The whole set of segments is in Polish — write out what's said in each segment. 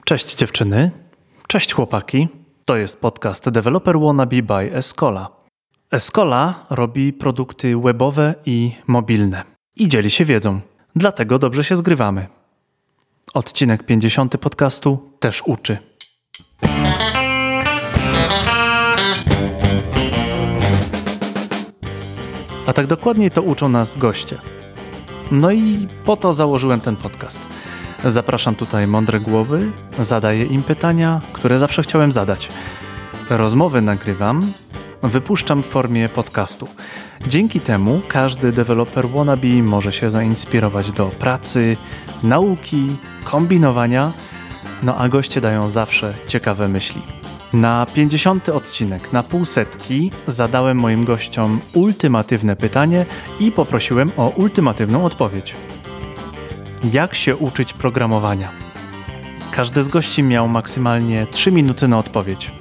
Cześć dziewczyny, cześć chłopaki. To jest podcast Developer Wannabe by Escola. Escola robi produkty webowe i mobilne i dzieli się wiedzą. Dlatego dobrze się zgrywamy. Odcinek 50 podcastu też uczy. A tak dokładniej to uczą nas goście. No i po to założyłem ten podcast. Zapraszam tutaj mądre głowy, zadaję im pytania, które zawsze chciałem zadać. Rozmowy nagrywam, wypuszczam w formie podcastu. Dzięki temu każdy developer wannabe może się zainspirować do pracy, nauki, kombinowania, no a goście dają zawsze ciekawe myśli. Na 50. odcinek, na 500 zadałem moim gościom ultimatywne pytanie i poprosiłem o ultimatywną odpowiedź. Jak się uczyć programowania? Każdy z gości miał maksymalnie 3 minuty na odpowiedź.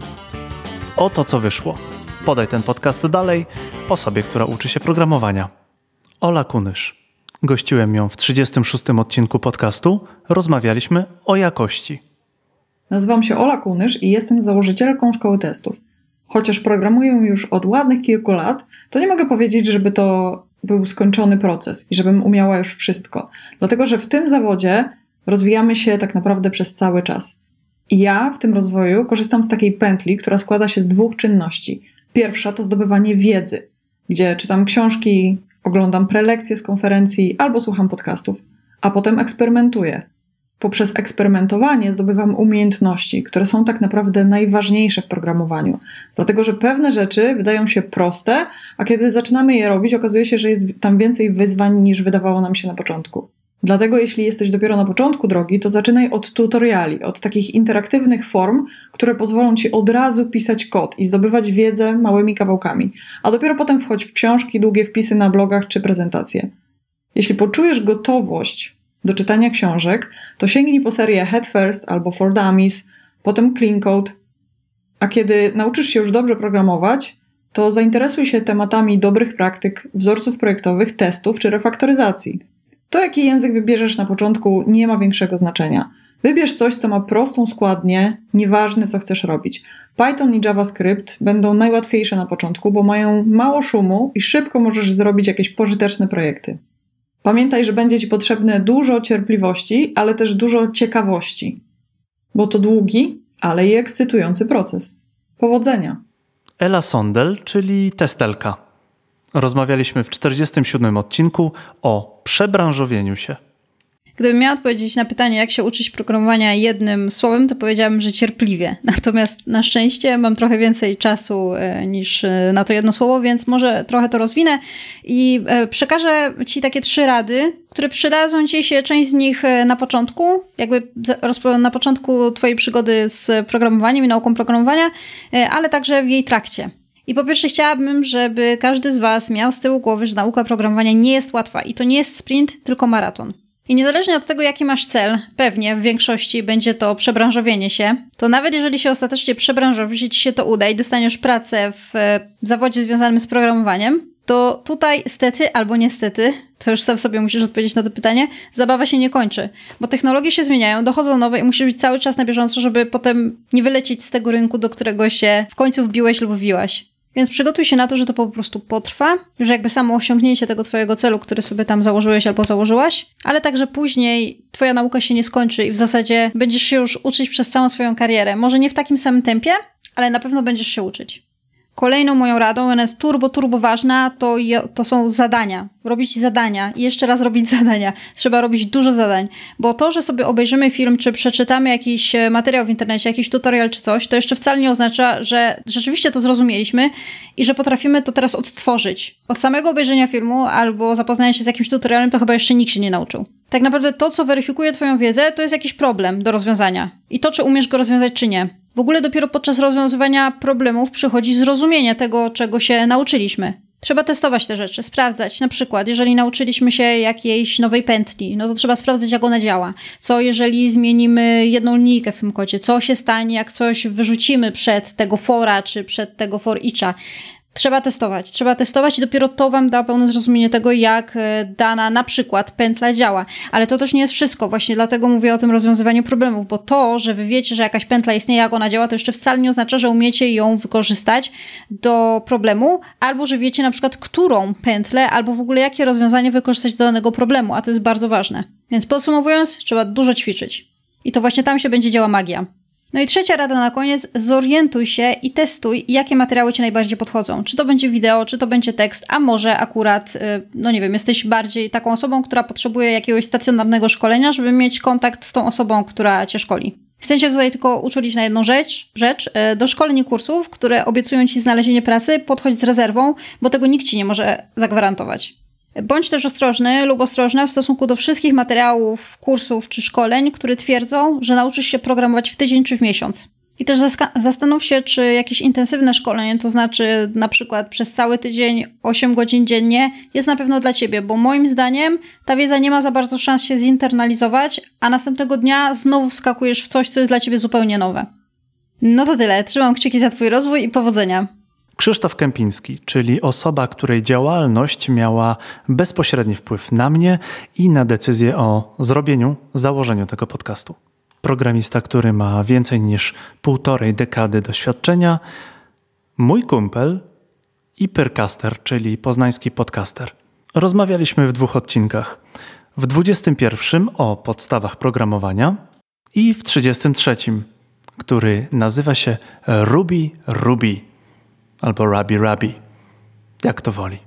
Oto co wyszło. Podaj ten podcast dalej osobie, która uczy się programowania. Ola Kunysz. Gościłem ją w 36. odcinku podcastu. Rozmawialiśmy o jakości. Nazywam się Ola Kunysz i jestem założycielką Szkoły Testów. Chociaż programuję już od ładnych kilku lat, to nie mogę powiedzieć, żeby to był skończony proces i żebym umiała już wszystko. Dlatego, że w tym zawodzie rozwijamy się tak naprawdę przez cały czas. I ja w tym rozwoju korzystam z takiej pętli, która składa się z 2 czynności. Pierwsza to zdobywanie wiedzy, gdzie czytam książki, oglądam prelekcje z konferencji albo słucham podcastów, a potem eksperymentuję. Poprzez eksperymentowanie zdobywam umiejętności, które są tak naprawdę najważniejsze w programowaniu. Dlatego, że pewne rzeczy wydają się proste, a kiedy zaczynamy je robić, okazuje się, że jest tam więcej wyzwań niż wydawało nam się na początku. Dlatego jeśli jesteś dopiero na początku drogi, to zaczynaj od tutoriali, od takich interaktywnych form, które pozwolą ci od razu pisać kod i zdobywać wiedzę małymi kawałkami, a dopiero potem wchodź w książki, długie wpisy na blogach czy prezentacje. Jeśli poczujesz gotowość do czytania książek, to sięgnij po serię Head First albo For Dummies, potem Clean Code, a kiedy nauczysz się już dobrze programować, to zainteresuj się tematami dobrych praktyk, wzorców projektowych, testów czy refaktoryzacji. To, jaki język wybierzesz na początku, nie ma większego znaczenia. Wybierz coś, co ma prostą składnię, nieważne co chcesz robić. Python i JavaScript będą najłatwiejsze na początku, bo mają mało szumu i szybko możesz zrobić jakieś pożyteczne projekty. Pamiętaj, że będzie ci potrzebne dużo cierpliwości, ale też dużo ciekawości, bo to długi, ale i ekscytujący proces. Powodzenia! Ela Sondel, czyli testelka. Rozmawialiśmy w 47. odcinku o przebranżowieniu się. Gdybym miała odpowiedzieć na pytanie, jak się uczyć programowania jednym słowem, to powiedziałabym, że cierpliwie. Natomiast na szczęście mam trochę więcej czasu niż na to jedno słowo, więc może trochę to rozwinę i przekażę ci takie 3 rady, które przydadzą ci się, część z nich na początku, na początku twojej przygody z programowaniem i nauką programowania, ale także w jej trakcie. I po pierwsze chciałabym, żeby każdy z was miał z tyłu głowy, że nauka programowania nie jest łatwa i to nie jest sprint, tylko maraton. I niezależnie od tego, jaki masz cel, pewnie w większości będzie to przebranżowienie się, to nawet jeżeli się ostatecznie przebranżowisz i ci się to uda i dostaniesz pracę w zawodzie związanym z programowaniem, to tutaj stety albo niestety, to już sam sobie musisz odpowiedzieć na to pytanie, zabawa się nie kończy, bo technologie się zmieniają, dochodzą nowe i musisz być cały czas na bieżąco, żeby potem nie wylecieć z tego rynku, do którego się w końcu wbiłeś lub wbiłaś. Więc przygotuj się na to, że to po prostu potrwa, że jakby samo osiągnięcie tego twojego celu, który sobie tam założyłeś albo założyłaś, ale także później twoja nauka się nie skończy i w zasadzie będziesz się już uczyć przez całą swoją karierę. Może nie w takim samym tempie, ale na pewno będziesz się uczyć. Kolejną moją radą, ona jest turbo ważna, to są zadania. Robić zadania i jeszcze raz robić zadania. Trzeba robić dużo zadań, bo to, że sobie obejrzymy film, czy przeczytamy jakiś materiał w internecie, jakiś tutorial czy coś, to jeszcze wcale nie oznacza, że rzeczywiście to zrozumieliśmy i że potrafimy to teraz odtworzyć. Od samego obejrzenia filmu albo zapoznania się z jakimś tutorialem, to chyba jeszcze nikt się nie nauczył. Tak naprawdę to, co weryfikuje twoją wiedzę, to jest jakiś problem do rozwiązania. I to, czy umiesz go rozwiązać, czy nie. W ogóle dopiero podczas rozwiązywania problemów przychodzi zrozumienie tego, czego się nauczyliśmy. Trzeba testować te rzeczy, sprawdzać. Na przykład, jeżeli nauczyliśmy się jakiejś nowej pętli, no to trzeba sprawdzać, jak ona działa. Co jeżeli zmienimy jedną linijkę w tym kodzie? Co się stanie, jak coś wyrzucimy przed tego fora, czy przed tego for eacha? Trzeba testować i dopiero to wam da pełne zrozumienie tego, jak dana na przykład pętla działa. Ale to też nie jest wszystko, właśnie dlatego mówię o tym rozwiązywaniu problemów, bo to, że wy wiecie, że jakaś pętla istnieje, jak ona działa, to jeszcze wcale nie oznacza, że umiecie ją wykorzystać do problemu, albo że wiecie na przykład, którą pętlę, albo w ogóle jakie rozwiązanie wykorzystać do danego problemu, a to jest bardzo ważne. Więc podsumowując, trzeba dużo ćwiczyć. I to właśnie tam się będzie działa magia. No i trzecia rada na koniec, zorientuj się i testuj, jakie materiały ci najbardziej podchodzą. Czy to będzie wideo, czy to będzie tekst, a może akurat, no nie wiem, jesteś bardziej taką osobą, która potrzebuje jakiegoś stacjonarnego szkolenia, żeby mieć kontakt z tą osobą, która cię szkoli. Chcę cię tutaj tylko uczulić na jedną rzecz. Do szkoleń i kursów, które obiecują ci znalezienie pracy, podchodź z rezerwą, bo tego nikt ci nie może zagwarantować. Bądź też ostrożny lub ostrożna w stosunku do wszystkich materiałów, kursów czy szkoleń, które twierdzą, że nauczysz się programować w tydzień czy w miesiąc. I też zastanów się, czy jakieś intensywne szkolenie, to znaczy na przykład przez cały tydzień 8 godzin dziennie, jest na pewno dla ciebie, bo moim zdaniem ta wiedza nie ma za bardzo szans się zinternalizować, a następnego dnia znowu wskakujesz w coś, co jest dla ciebie zupełnie nowe. No to tyle. Trzymam kciuki za twój rozwój i powodzenia. Krzysztof Kępiński, czyli osoba, której działalność miała bezpośredni wpływ na mnie i na decyzję o założeniu tego podcastu. Programista, który ma więcej niż 1,5 dekady doświadczenia, mój kumpel i Pyrcaster, czyli poznański podcaster. Rozmawialiśmy w 2 odcinkach. W 21 o podstawach programowania i w 33, który nazywa się Ruby albo Rabi, jak to woli.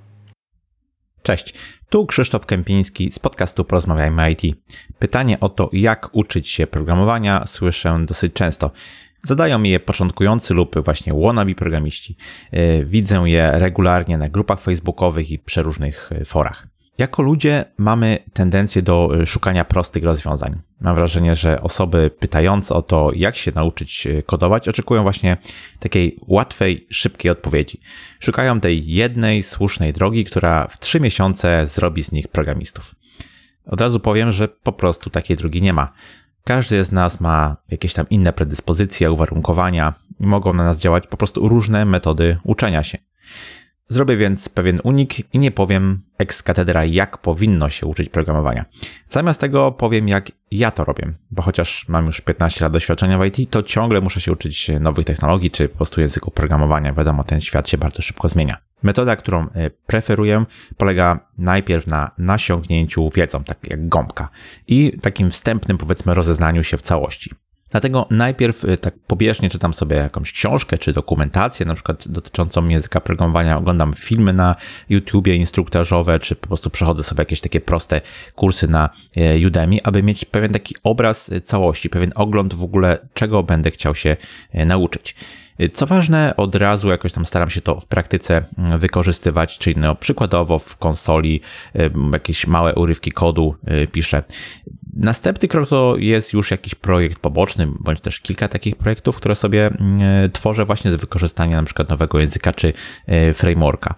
Cześć, tu Krzysztof Kępiński z podcastu Porozmawiajmy IT. Pytanie o to, jak uczyć się programowania, słyszę dosyć często. Zadają mi je początkujący lub właśnie wannabe programiści. Widzę je regularnie na grupach facebookowych i przeróżnych forach. Jako ludzie mamy tendencję do szukania prostych rozwiązań. Mam wrażenie, że osoby pytające o to, jak się nauczyć kodować, oczekują właśnie takiej łatwej, szybkiej odpowiedzi. Szukają tej jednej, słusznej drogi, która w 3 miesiące zrobi z nich programistów. Od razu powiem, że po prostu takiej drogi nie ma. Każdy z nas ma jakieś tam inne predyspozycje, uwarunkowania i mogą na nas działać po prostu różne metody uczenia się. Zrobię więc pewien unik i nie powiem ex cathedra, jak powinno się uczyć programowania. Zamiast tego powiem, jak ja to robię, bo chociaż mam już 15 lat doświadczenia w IT, to ciągle muszę się uczyć nowych technologii, czy po prostu języku programowania. Wiadomo, ten świat się bardzo szybko zmienia. Metoda, którą preferuję, polega najpierw na nasiągnięciu wiedzą, tak jak gąbka, i takim wstępnym, powiedzmy, rozeznaniu się w całości. Dlatego najpierw tak pobieżnie czytam sobie jakąś książkę czy dokumentację, na przykład dotyczącą języka programowania, oglądam filmy na YouTubie instruktażowe, czy po prostu przechodzę sobie jakieś takie proste kursy na Udemy, aby mieć pewien taki obraz całości, pewien ogląd w ogóle, czego będę chciał się nauczyć. Co ważne, od razu jakoś tam staram się to w praktyce wykorzystywać, czyli przykładowo w konsoli jakieś małe urywki kodu piszę. Następny krok to jest już jakiś projekt poboczny, bądź też kilka takich projektów, które sobie tworzę właśnie z wykorzystaniem na przykład nowego języka czy frameworka.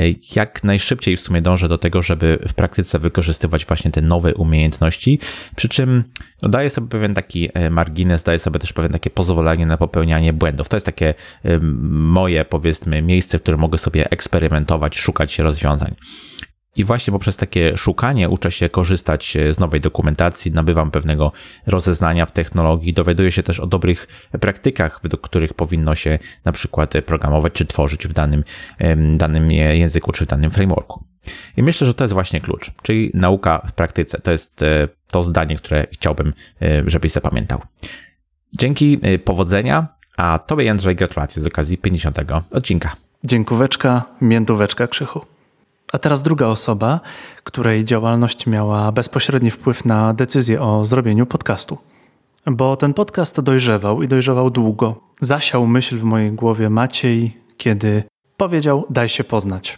Jak najszybciej w sumie dążę do tego, żeby w praktyce wykorzystywać właśnie te nowe umiejętności, przy czym daję sobie pewien taki margines, daję sobie też pewien takie pozwolenie na popełnianie błędów. To jest takie moje, powiedzmy, miejsce, w którym mogę sobie eksperymentować, szukać rozwiązań. I właśnie poprzez takie szukanie uczę się korzystać z nowej dokumentacji, nabywam pewnego rozeznania w technologii, dowiaduję się też o dobrych praktykach, według których powinno się na przykład programować czy tworzyć w danym języku czy w danym frameworku. I myślę, że to jest właśnie klucz, czyli nauka w praktyce. To jest to zdanie, które chciałbym, żebyś zapamiętał. Dzięki, powodzenia, a Tobie, Jędrzej, gratulacje z okazji 50. odcinka. Dziękóweczka, miętóweczka, Krzychu. A teraz druga osoba, której działalność miała bezpośredni wpływ na decyzję o zrobieniu podcastu. Bo ten podcast dojrzewał długo. Zasiał myśl w mojej głowie Maciej, kiedy powiedział: daj się poznać.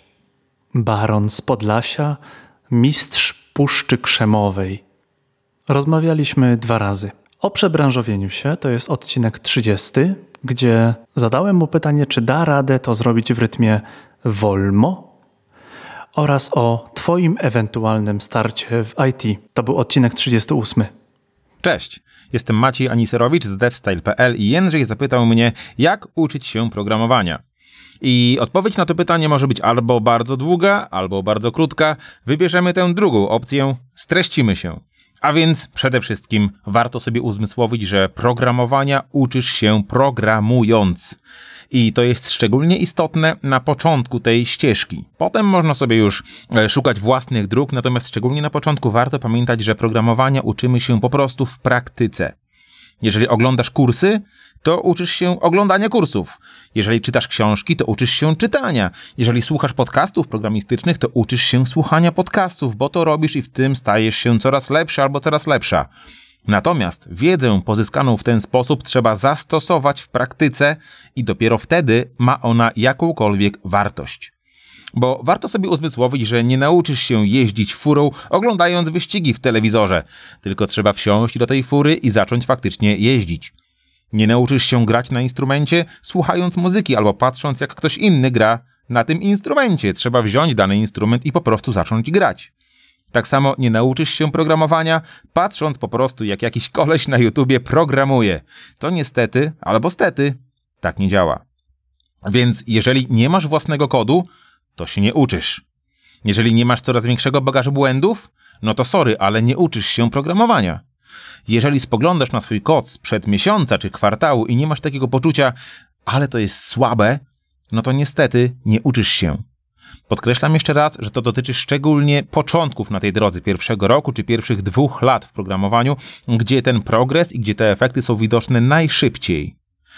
Baron z Podlasia, mistrz Puszczy Krzemowej. Rozmawialiśmy 2 razy. O przebranżowieniu się, to jest odcinek 30, gdzie zadałem mu pytanie, czy da radę to zrobić w rytmie wolno, oraz o Twoim ewentualnym starcie w IT. To był odcinek 38. Cześć, jestem Maciej Aniserowicz z devstyle.pl i Jędrzej zapytał mnie, jak uczyć się programowania. I odpowiedź na to pytanie może być albo bardzo długa, albo bardzo krótka. Wybierzemy tę drugą opcję, streścimy się. A więc przede wszystkim warto sobie uzmysłowić, że programowania uczysz się programując. I to jest szczególnie istotne na początku tej ścieżki. Potem można sobie już szukać własnych dróg, natomiast szczególnie na początku warto pamiętać, że programowania uczymy się po prostu w praktyce. Jeżeli oglądasz kursy, to uczysz się oglądania kursów. Jeżeli czytasz książki, to uczysz się czytania. Jeżeli słuchasz podcastów programistycznych, to uczysz się słuchania podcastów, bo to robisz i w tym stajesz się coraz lepszy albo coraz lepsza. Natomiast wiedzę pozyskaną w ten sposób trzeba zastosować w praktyce i dopiero wtedy ma ona jakąkolwiek wartość. Bo warto sobie uzmysłowić, że nie nauczysz się jeździć furą oglądając wyścigi w telewizorze, tylko trzeba wsiąść do tej fury i zacząć faktycznie jeździć. Nie nauczysz się grać na instrumencie słuchając muzyki albo patrząc jak ktoś inny gra na tym instrumencie. Trzeba wziąć dany instrument i po prostu zacząć grać. Tak samo nie nauczysz się programowania patrząc po prostu jak jakiś koleś na YouTubie programuje. To niestety albo stety tak nie działa. Więc jeżeli nie masz własnego kodu, to się nie uczysz. Jeżeli nie masz coraz większego bagażu błędów, no to sorry, ale nie uczysz się programowania. Jeżeli spoglądasz na swój kod sprzed miesiąca czy kwartału i nie masz takiego poczucia, ale to jest słabe, no to niestety nie uczysz się. Podkreślam jeszcze raz, że to dotyczy szczególnie początków na tej drodze, pierwszego roku czy pierwszych 2 lat w programowaniu, gdzie ten progres i gdzie te efekty są widoczne najszybciej.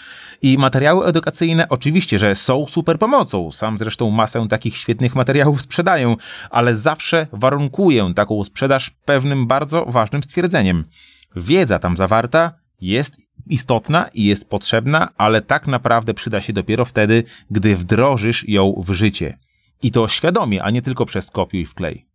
I materiały edukacyjne oczywiście, że są super pomocą. Sam zresztą masę takich świetnych materiałów sprzedaję, ale zawsze warunkuję taką sprzedaż pewnym bardzo ważnym stwierdzeniem. Wiedza tam zawarta jest istotna i jest potrzebna, ale tak naprawdę przyda się dopiero wtedy, gdy wdrożysz ją w życie. I to świadomie, a nie tylko przez kopiuj wklej.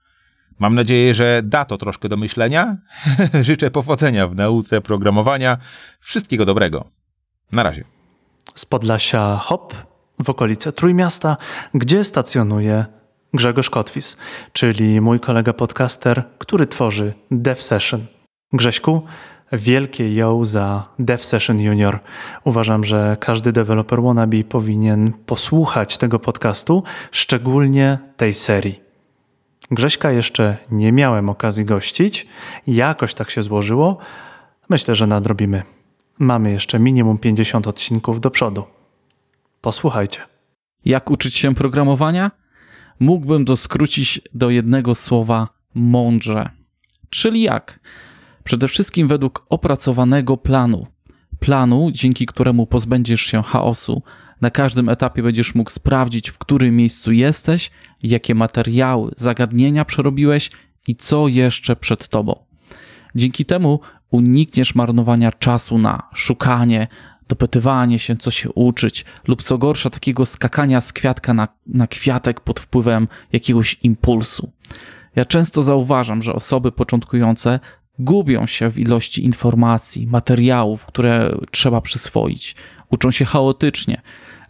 Mam nadzieję, że da to troszkę do myślenia. Życzę powodzenia w nauce programowania. Wszystkiego dobrego. Na razie. Z Podlasia hop, w okolice Trójmiasta, gdzie stacjonuje Grzegorz Kotwis, czyli mój kolega podcaster, który tworzy Dev Session. Grześku, wielkie yo za Dev Session Junior. Uważam, że każdy developer wannabe powinien posłuchać tego podcastu, szczególnie tej serii. Grześka jeszcze nie miałem okazji gościć, jakoś tak się złożyło. Myślę, że nadrobimy. Mamy jeszcze minimum 50 odcinków do przodu. Posłuchajcie. Jak uczyć się programowania? Mógłbym to skrócić do jednego słowa: mądrze. Czyli jak? Przede wszystkim według opracowanego planu. Planu, dzięki któremu pozbędziesz się chaosu. Na każdym etapie będziesz mógł sprawdzić, w którym miejscu jesteś, jakie materiały, zagadnienia przerobiłeś i co jeszcze przed tobą. Dzięki temu unikniesz marnowania czasu na szukanie, dopytywanie się, co się uczyć, lub co gorsza, takiego skakania z kwiatka na kwiatek pod wpływem jakiegoś impulsu. Ja często zauważam, że osoby początkujące gubią się w ilości informacji, materiałów, które trzeba przyswoić. Uczą się chaotycznie,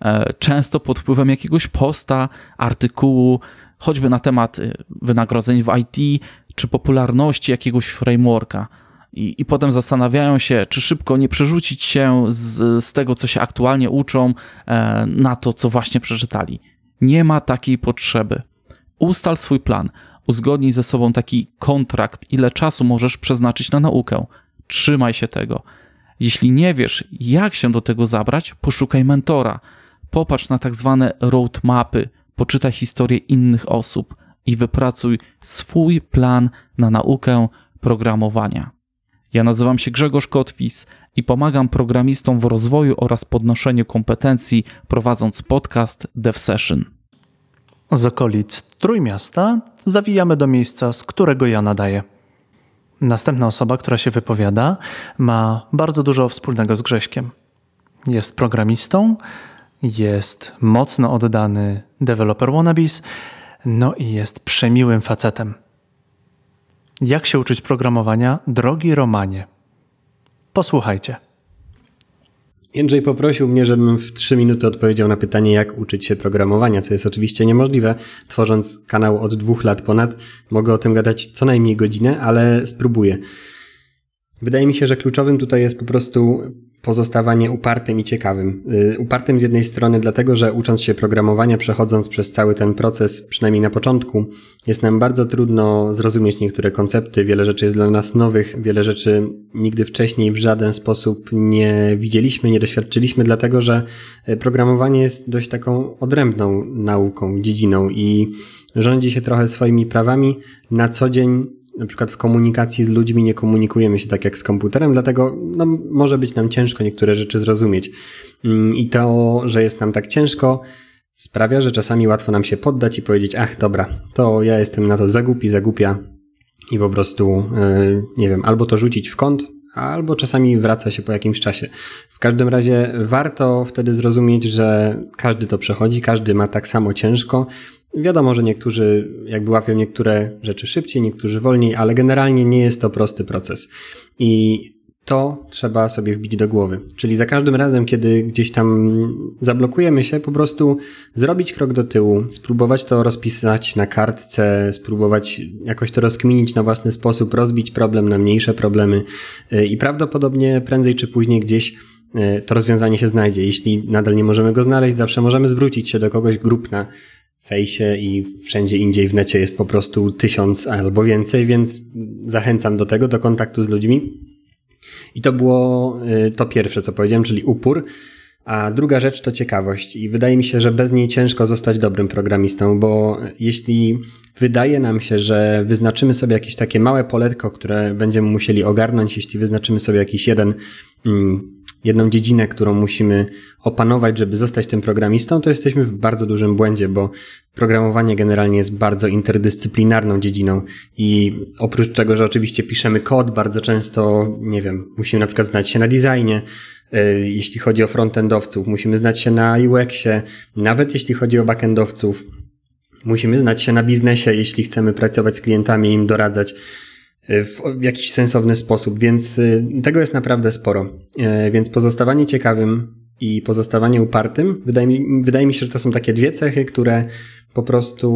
często pod wpływem jakiegoś posta, artykułu, choćby na temat wynagrodzeń w IT, czy popularności jakiegoś frameworka. I potem zastanawiają się, czy szybko nie przerzucić się z tego, co się aktualnie uczą, na to, co właśnie przeczytali. Nie ma takiej potrzeby. Ustal swój plan. Uzgodnij ze sobą taki kontrakt, ile czasu możesz przeznaczyć na naukę. Trzymaj się tego. Jeśli nie wiesz, jak się do tego zabrać, poszukaj mentora. Popatrz na tak zwane roadmapy, poczytaj historię innych osób i wypracuj swój plan na naukę programowania. Ja nazywam się Grzegorz Kotwis i pomagam programistom w rozwoju oraz podnoszeniu kompetencji, prowadząc podcast Dev Session. Z okolic Trójmiasta zawijamy do miejsca, z którego ja nadaję. Następna osoba, która się wypowiada, ma bardzo dużo wspólnego z Grześkiem. Jest programistą, jest mocno oddany developer wannabes, no i jest przemiłym facetem. Jak się uczyć programowania, drogi Romanie? Posłuchajcie. Jędrzej poprosił mnie, żebym w 3 minuty odpowiedział na pytanie, jak uczyć się programowania, co jest oczywiście niemożliwe. Tworząc kanał od 2 lat ponad, mogę o tym gadać co najmniej godzinę, ale spróbuję. Wydaje mi się, że kluczowym tutaj jest po prostu pozostawanie upartym i ciekawym. Upartym z jednej strony dlatego, że ucząc się programowania, przechodząc przez cały ten proces, przynajmniej na początku, jest nam bardzo trudno zrozumieć niektóre koncepty, wiele rzeczy jest dla nas nowych, wiele rzeczy nigdy wcześniej w żaden sposób nie widzieliśmy, nie doświadczyliśmy, dlatego że programowanie jest dość taką odrębną nauką, dziedziną i rządzi się trochę swoimi prawami. Na co dzień na przykład w komunikacji z ludźmi nie komunikujemy się tak jak z komputerem, dlatego może być nam ciężko niektóre rzeczy zrozumieć. I to, że jest nam tak ciężko, sprawia, że czasami łatwo nam się poddać i powiedzieć, ach dobra, to ja jestem na to za głupi, za głupia i po prostu, nie wiem, albo to rzucić w kąt, albo czasami wraca się po jakimś czasie. W każdym razie warto wtedy zrozumieć, że każdy to przechodzi, każdy ma tak samo ciężko. Wiadomo, że niektórzy jakby łapią niektóre rzeczy szybciej, niektórzy wolniej, ale generalnie nie jest to prosty proces. I to trzeba sobie wbić do głowy. Czyli za każdym razem, kiedy gdzieś tam zablokujemy się, po prostu zrobić krok do tyłu, spróbować to rozpisać na kartce, spróbować jakoś to rozkminić na własny sposób, rozbić problem na mniejsze problemy i prawdopodobnie prędzej czy później gdzieś to rozwiązanie się znajdzie. Jeśli nadal nie możemy go znaleźć, zawsze możemy zwrócić się do kogoś, grup na fejsie i wszędzie indziej w necie jest po prostu 1000 albo więcej, więc zachęcam do tego, do kontaktu z ludźmi. I to było to pierwsze, co powiedziałem, czyli upór. A druga rzecz to ciekawość i wydaje mi się, że bez niej ciężko zostać dobrym programistą, bo jeśli wydaje nam się, że wyznaczymy sobie jakieś takie małe poletko, które będziemy musieli ogarnąć, jeśli wyznaczymy sobie jakiś jedną dziedzinę, którą musimy opanować, żeby zostać tym programistą, to jesteśmy w bardzo dużym błędzie, bo programowanie generalnie jest bardzo interdyscyplinarną dziedziną i oprócz tego, że oczywiście piszemy kod, bardzo często, nie wiem, musimy na przykład znać się na designie, jeśli chodzi o frontendowców, musimy znać się na UX-ie, nawet jeśli chodzi o backendowców, musimy znać się na biznesie, jeśli chcemy pracować z klientami i im doradzać w jakiś sensowny sposób, więc tego jest naprawdę sporo. Więc pozostawanie ciekawym i pozostawanie upartym, wydaje mi się, że to są takie dwie cechy, które po prostu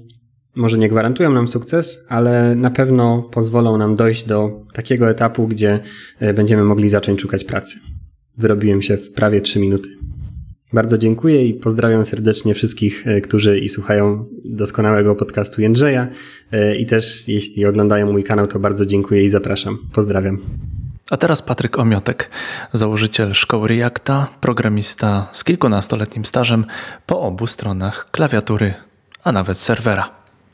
może nie gwarantują nam sukces, ale na pewno pozwolą nam dojść do takiego etapu, gdzie będziemy mogli zacząć szukać pracy. Wyrobiłem się w prawie 3 minuty. Bardzo dziękuję i pozdrawiam serdecznie wszystkich, którzy słuchają doskonałego podcastu Jędrzeja i też jeśli oglądają mój kanał, to bardzo dziękuję i zapraszam. Pozdrawiam. A teraz Patryk Omiotek, założyciel szkoły Reacta, programista z kilkunastoletnim stażem po obu stronach klawiatury, a nawet serwera.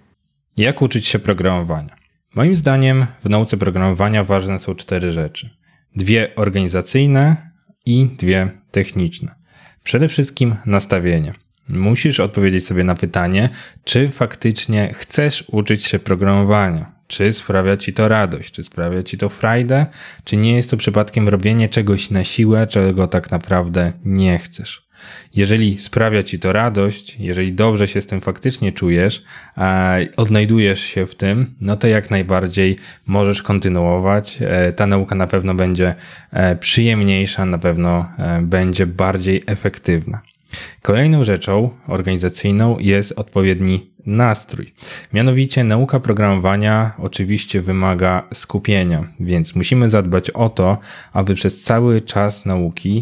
Jak uczyć się programowania? Moim zdaniem w nauce programowania ważne są 4 rzeczy. 2 organizacyjne i 2 techniczne. Przede wszystkim nastawienie. Musisz odpowiedzieć sobie na pytanie, czy faktycznie chcesz uczyć się programowania. Czy sprawia ci to radość, czy sprawia ci to frajdę, czy nie jest to przypadkiem robienie czegoś na siłę, czego tak naprawdę nie chcesz. Jeżeli sprawia ci to radość, jeżeli dobrze się z tym faktycznie czujesz, odnajdujesz się w tym, no to jak najbardziej możesz kontynuować. Ta nauka na pewno będzie przyjemniejsza, na pewno będzie bardziej efektywna. Kolejną rzeczą organizacyjną jest odpowiedni nastrój. Mianowicie nauka programowania oczywiście wymaga skupienia, więc musimy zadbać o to, aby przez cały czas nauki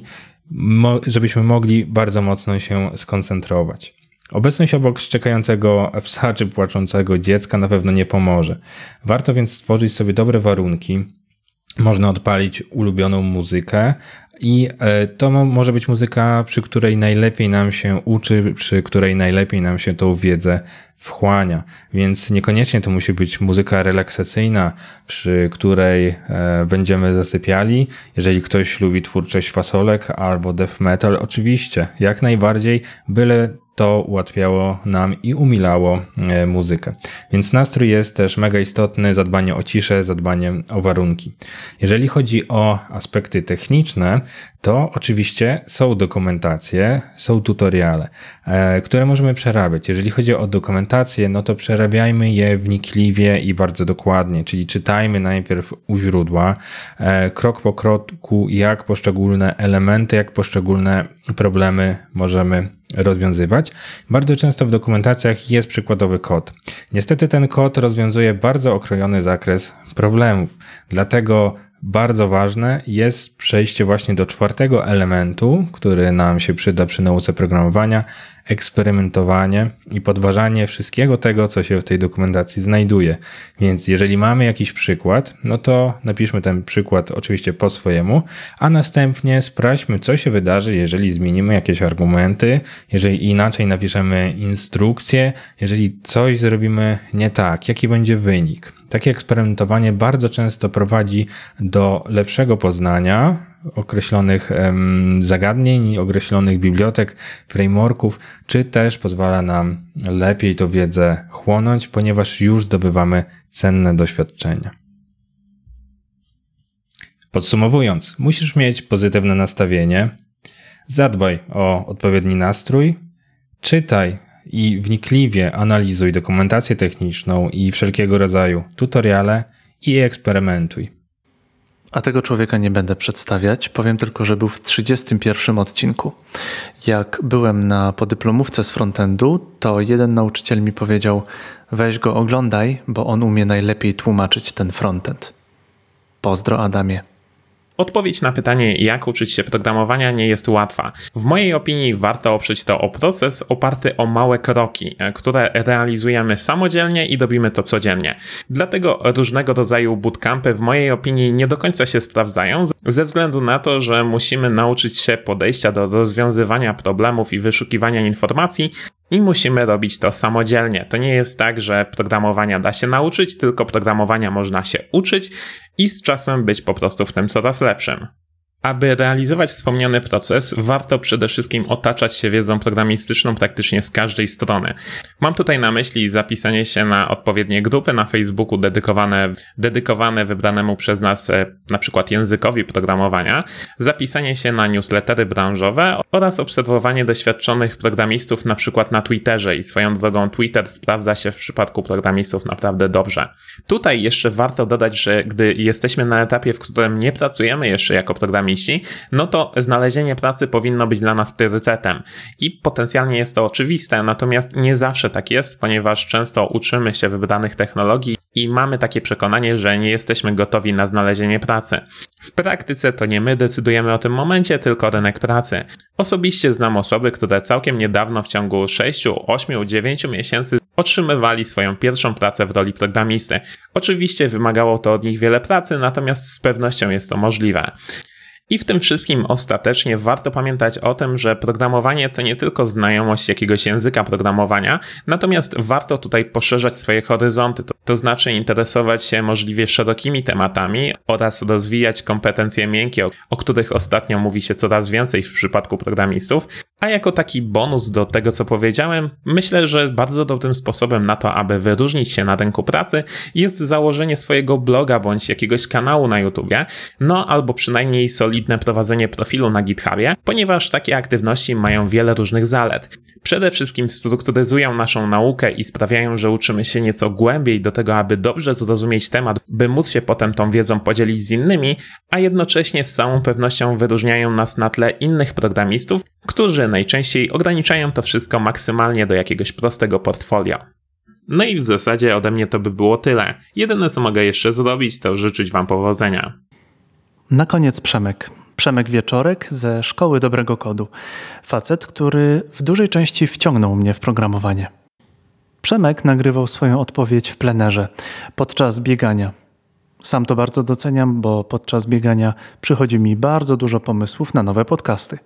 żebyśmy mogli bardzo mocno się skoncentrować. Obecność obok szczekającego psa czy płaczącego dziecka na pewno nie pomoże. Warto więc stworzyć sobie dobre warunki. Można odpalić ulubioną muzykę i to może być muzyka, przy której najlepiej nam się uczy, przy której najlepiej nam się tą wiedzę wchłania. Więc niekoniecznie to musi być muzyka relaksacyjna, przy której będziemy zasypiali. Jeżeli ktoś lubi twórczość fasolek albo death metal, oczywiście, jak najbardziej, byle to ułatwiało nam i umilało muzykę. Więc nastrój jest też mega istotny, zadbanie o ciszę, zadbanie o warunki. Jeżeli chodzi o aspekty techniczne, to oczywiście są dokumentacje, są tutoriale, które możemy przerabiać. Jeżeli chodzi o dokumentację, no to przerabiajmy je wnikliwie i bardzo dokładnie, czyli czytajmy najpierw u źródła, krok po kroku, jak poszczególne elementy, jak poszczególne problemy możemy rozwiązywać. Bardzo często w dokumentacjach jest przykładowy kod. Niestety ten kod rozwiązuje bardzo okrojony zakres problemów, dlatego bardzo ważne jest przejście właśnie do 4. elementu, który nam się przyda przy nauce programowania, eksperymentowanie i podważanie wszystkiego tego, co się w tej dokumentacji znajduje. Więc jeżeli mamy jakiś przykład, no to napiszmy ten przykład oczywiście po swojemu, a następnie sprawdźmy, co się wydarzy, jeżeli zmienimy jakieś argumenty, jeżeli inaczej napiszemy instrukcję, jeżeli coś zrobimy nie tak, jaki będzie wynik. Takie eksperymentowanie bardzo często prowadzi do lepszego poznania określonych zagadnień, określonych bibliotek, frameworków, czy też pozwala nam lepiej tą wiedzę chłonąć, ponieważ już zdobywamy cenne doświadczenia. Podsumowując, musisz mieć pozytywne nastawienie, zadbaj o odpowiedni nastrój, czytaj i wnikliwie analizuj dokumentację techniczną i wszelkiego rodzaju tutoriale i eksperymentuj. A tego człowieka nie będę przedstawiać, powiem tylko, że był w 31 odcinku. Jak byłem na podyplomówce z frontendu, to jeden nauczyciel mi powiedział: weź go oglądaj, bo on umie najlepiej tłumaczyć ten frontend. Pozdro, Adamie. Odpowiedź na pytanie, jak uczyć się programowania, nie jest łatwa. W mojej opinii warto oprzeć to o proces oparty o małe kroki, które realizujemy samodzielnie i robimy to codziennie. Dlatego różnego rodzaju bootcampy w mojej opinii nie do końca się sprawdzają, ze względu na to, że musimy nauczyć się podejścia do rozwiązywania problemów i wyszukiwania informacji i musimy robić to samodzielnie. To nie jest tak, że programowania da się nauczyć, tylko programowania można się uczyć i z czasem być po prostu w tym coraz lepszym. Aby realizować wspomniany proces, warto przede wszystkim otaczać się wiedzą programistyczną praktycznie z każdej strony. Mam tutaj na myśli zapisanie się na odpowiednie grupy na Facebooku dedykowane wybranemu przez nas na przykład językowi programowania, zapisanie się na newslettery branżowe oraz obserwowanie doświadczonych programistów na przykład na Twitterze i swoją drogą Twitter sprawdza się w przypadku programistów naprawdę dobrze. Tutaj jeszcze warto dodać, że gdy jesteśmy na etapie, w którym nie pracujemy jeszcze jako programiści, no to znalezienie pracy powinno być dla nas priorytetem i potencjalnie jest to oczywiste, natomiast nie zawsze tak jest, ponieważ często uczymy się wybranych technologii i mamy takie przekonanie, że nie jesteśmy gotowi na znalezienie pracy. W praktyce to nie my decydujemy o tym momencie, tylko rynek pracy. Osobiście znam osoby, które całkiem niedawno w ciągu 6, 8, 9 miesięcy otrzymywali swoją pierwszą pracę w roli programisty. Oczywiście wymagało to od nich wiele pracy, natomiast z pewnością jest to możliwe. I w tym wszystkim ostatecznie warto pamiętać o tym, że programowanie to nie tylko znajomość jakiegoś języka programowania, natomiast warto tutaj poszerzać swoje horyzonty, to znaczy interesować się możliwie szerokimi tematami oraz rozwijać kompetencje miękkie, o których ostatnio mówi się coraz więcej w przypadku programistów. A jako taki bonus do tego, co powiedziałem, myślę, że bardzo dobrym sposobem na to, aby wyróżnić się na rynku pracy, jest założenie swojego bloga bądź jakiegoś kanału na YouTubie, no albo przynajmniej solidne prowadzenie profilu na GitHubie, ponieważ takie aktywności mają wiele różnych zalet. Przede wszystkim strukturyzują naszą naukę i sprawiają, że uczymy się nieco głębiej do tego, aby dobrze zrozumieć temat, by móc się potem tą wiedzą podzielić z innymi, a jednocześnie z całą pewnością wyróżniają nas na tle innych programistów, którzy najczęściej ograniczają to wszystko maksymalnie do jakiegoś prostego portfolio. No i w zasadzie ode mnie to by było tyle. Jedyne co mogę jeszcze zrobić, to życzyć Wam powodzenia. Na koniec Przemek. Przemek Wieczorek ze Szkoły Dobrego Kodu. Facet, który w dużej części wciągnął mnie w programowanie. Przemek nagrywał swoją odpowiedź w plenerze, podczas biegania. Sam to bardzo doceniam, bo podczas biegania przychodzi mi bardzo dużo pomysłów na nowe podcasty.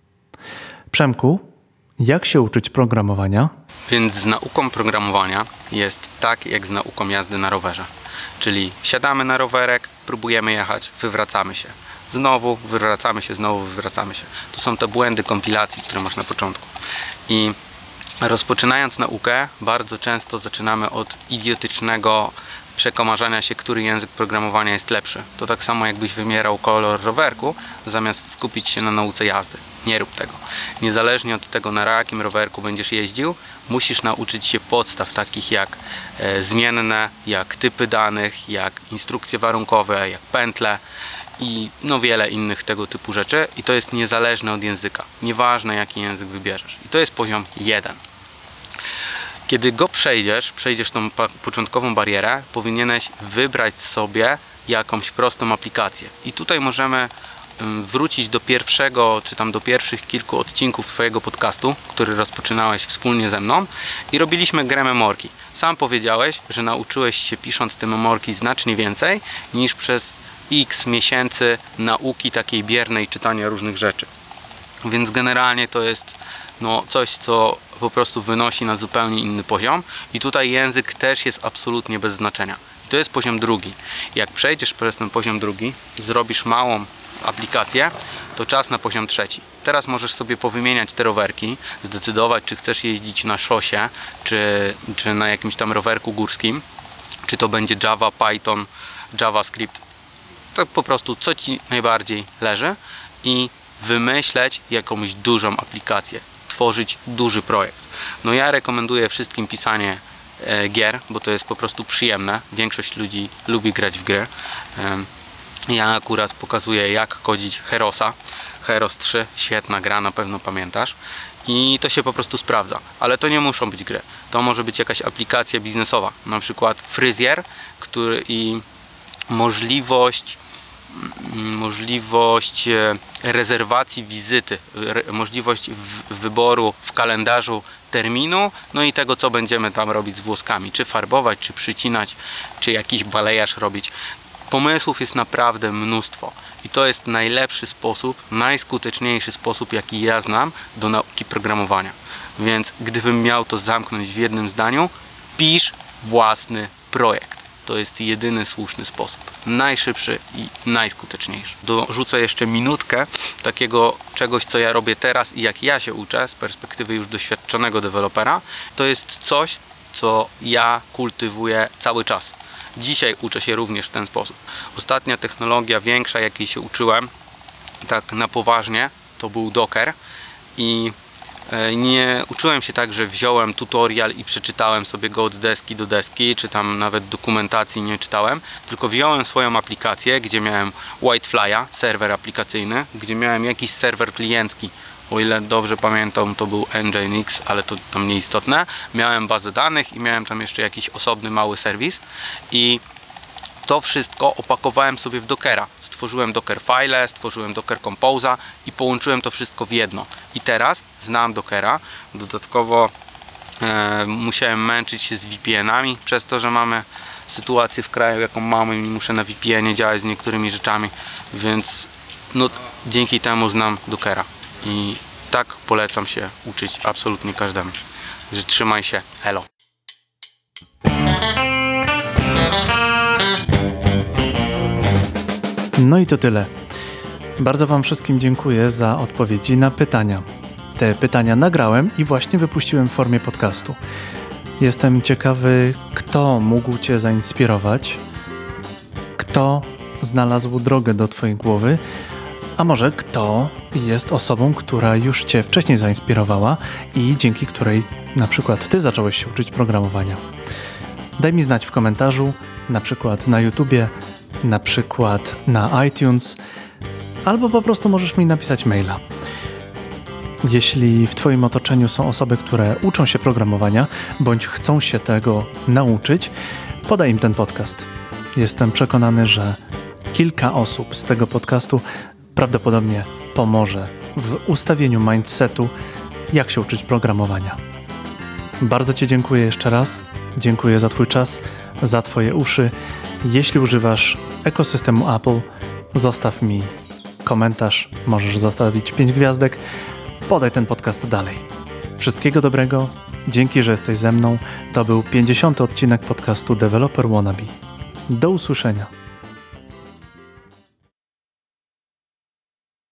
Przemku, jak się uczyć programowania? Więc z nauką programowania jest tak jak z nauką jazdy na rowerze. Czyli wsiadamy na rowerek, próbujemy jechać, wywracamy się. Znowu wywracamy się, znowu wywracamy się. To są te błędy kompilacji, które masz na początku. I rozpoczynając naukę, bardzo często zaczynamy od idiotycznego przekomarzania się, który język programowania jest lepszy. To tak samo jakbyś wymierał kolor rowerku, zamiast skupić się na nauce jazdy. Nie rób tego. Niezależnie od tego, na jakim rowerku będziesz jeździł, musisz nauczyć się podstaw takich jak zmienne, jak typy danych, jak instrukcje warunkowe, jak pętle i wiele innych tego typu rzeczy. I to jest niezależne od języka. Nieważne jaki język wybierzesz. I to jest poziom 1. Kiedy go przejdziesz tą początkową barierę, powinieneś wybrać sobie jakąś prostą aplikację. I tutaj możemy wrócić do pierwszego, czy tam do pierwszych kilku odcinków Twojego podcastu, który rozpoczynałeś wspólnie ze mną i robiliśmy grę memorki. Sam powiedziałeś, że nauczyłeś się pisząc te memorki znacznie więcej niż przez x miesięcy nauki takiej biernej czytania różnych rzeczy. Więc generalnie to jest coś, co po prostu wynosi na zupełnie inny poziom i tutaj język też jest absolutnie bez znaczenia. I to jest poziom drugi. Jak przejdziesz przez ten poziom drugi, zrobisz małą aplikację, to czas na poziom trzeci. Teraz możesz sobie powymieniać te rowerki, zdecydować, czy chcesz jeździć na szosie, czy na jakimś tam rowerku górskim, czy to będzie Java, Python, JavaScript, to po prostu co Ci najbardziej leży i wymyśleć jakąś dużą aplikację, tworzyć duży projekt. Ja rekomenduję wszystkim pisanie gier, bo to jest po prostu przyjemne. Większość ludzi lubi grać w gry. Ja akurat pokazuję, jak kodzić Herosa. Heros 3, świetna gra, na pewno pamiętasz. I to się po prostu sprawdza. Ale to nie muszą być gry. To może być jakaś aplikacja biznesowa. Na przykład fryzjer, który i możliwość rezerwacji wizyty, możliwość wyboru w kalendarzu terminu, i tego, co będziemy tam robić z włoskami. Czy farbować, czy przycinać, czy jakiś balejarz robić. Pomysłów jest naprawdę mnóstwo i to jest najlepszy sposób, najskuteczniejszy sposób, jaki ja znam do nauki programowania. Więc gdybym miał to zamknąć w jednym zdaniu, pisz własny projekt. To jest jedyny słuszny sposób. Najszybszy i najskuteczniejszy. Dorzucę jeszcze minutkę takiego czegoś, co ja robię teraz i jak ja się uczę z perspektywy już doświadczonego dewelopera. To jest coś, co ja kultywuję cały czas. Dzisiaj uczę się również w ten sposób. Ostatnia technologia większa, jakiej się uczyłem, tak na poważnie, to był Docker i nie uczyłem się tak, że wziąłem tutorial i przeczytałem sobie go od deski do deski, czy tam nawet dokumentacji nie czytałem, tylko wziąłem swoją aplikację, gdzie miałem Whitefly'a, serwer aplikacyjny, gdzie miałem jakiś serwer kliencki, o ile dobrze pamiętam, to był Nginx, ale to tam nieistotne. Miałem bazę danych i miałem tam jeszcze jakiś osobny mały serwis i to wszystko opakowałem sobie w Dockera. Stworzyłem Dockerfile, stworzyłem Docker Compose'a i połączyłem to wszystko w jedno. I teraz znam Dockera. Dodatkowo musiałem męczyć się z VPN-ami, przez to, że mamy sytuację w kraju, jaką mamy i muszę na VPN-ie działać z niektórymi rzeczami, więc dzięki temu znam Dockera. I tak polecam się uczyć absolutnie każdemu. Że trzymaj się, elo. I to tyle. Bardzo Wam wszystkim dziękuję za odpowiedzi na pytania. Te pytania nagrałem i właśnie wypuściłem w formie podcastu. Jestem ciekawy, kto mógł Cię zainspirować, kto znalazł drogę do Twojej głowy, a może kto jest osobą, która już Cię wcześniej zainspirowała i dzięki której na przykład Ty zacząłeś się uczyć programowania. Daj mi znać w komentarzu, na przykład na YouTubie, na przykład na iTunes, albo po prostu możesz mi napisać maila. Jeśli w Twoim otoczeniu są osoby, które uczą się programowania, bądź chcą się tego nauczyć, podaj im ten podcast. Jestem przekonany, że kilka osób z tego podcastu prawdopodobnie pomoże w ustawieniu mindsetu, jak się uczyć programowania. Bardzo Ci dziękuję jeszcze raz. Dziękuję za Twój czas, za Twoje uszy. Jeśli używasz ekosystemu Apple, zostaw mi komentarz, możesz zostawić 5 gwiazdek. Podaj ten podcast dalej. Wszystkiego dobrego. Dzięki, że jesteś ze mną. To był 50. odcinek podcastu Developer Wannabe. Do usłyszenia.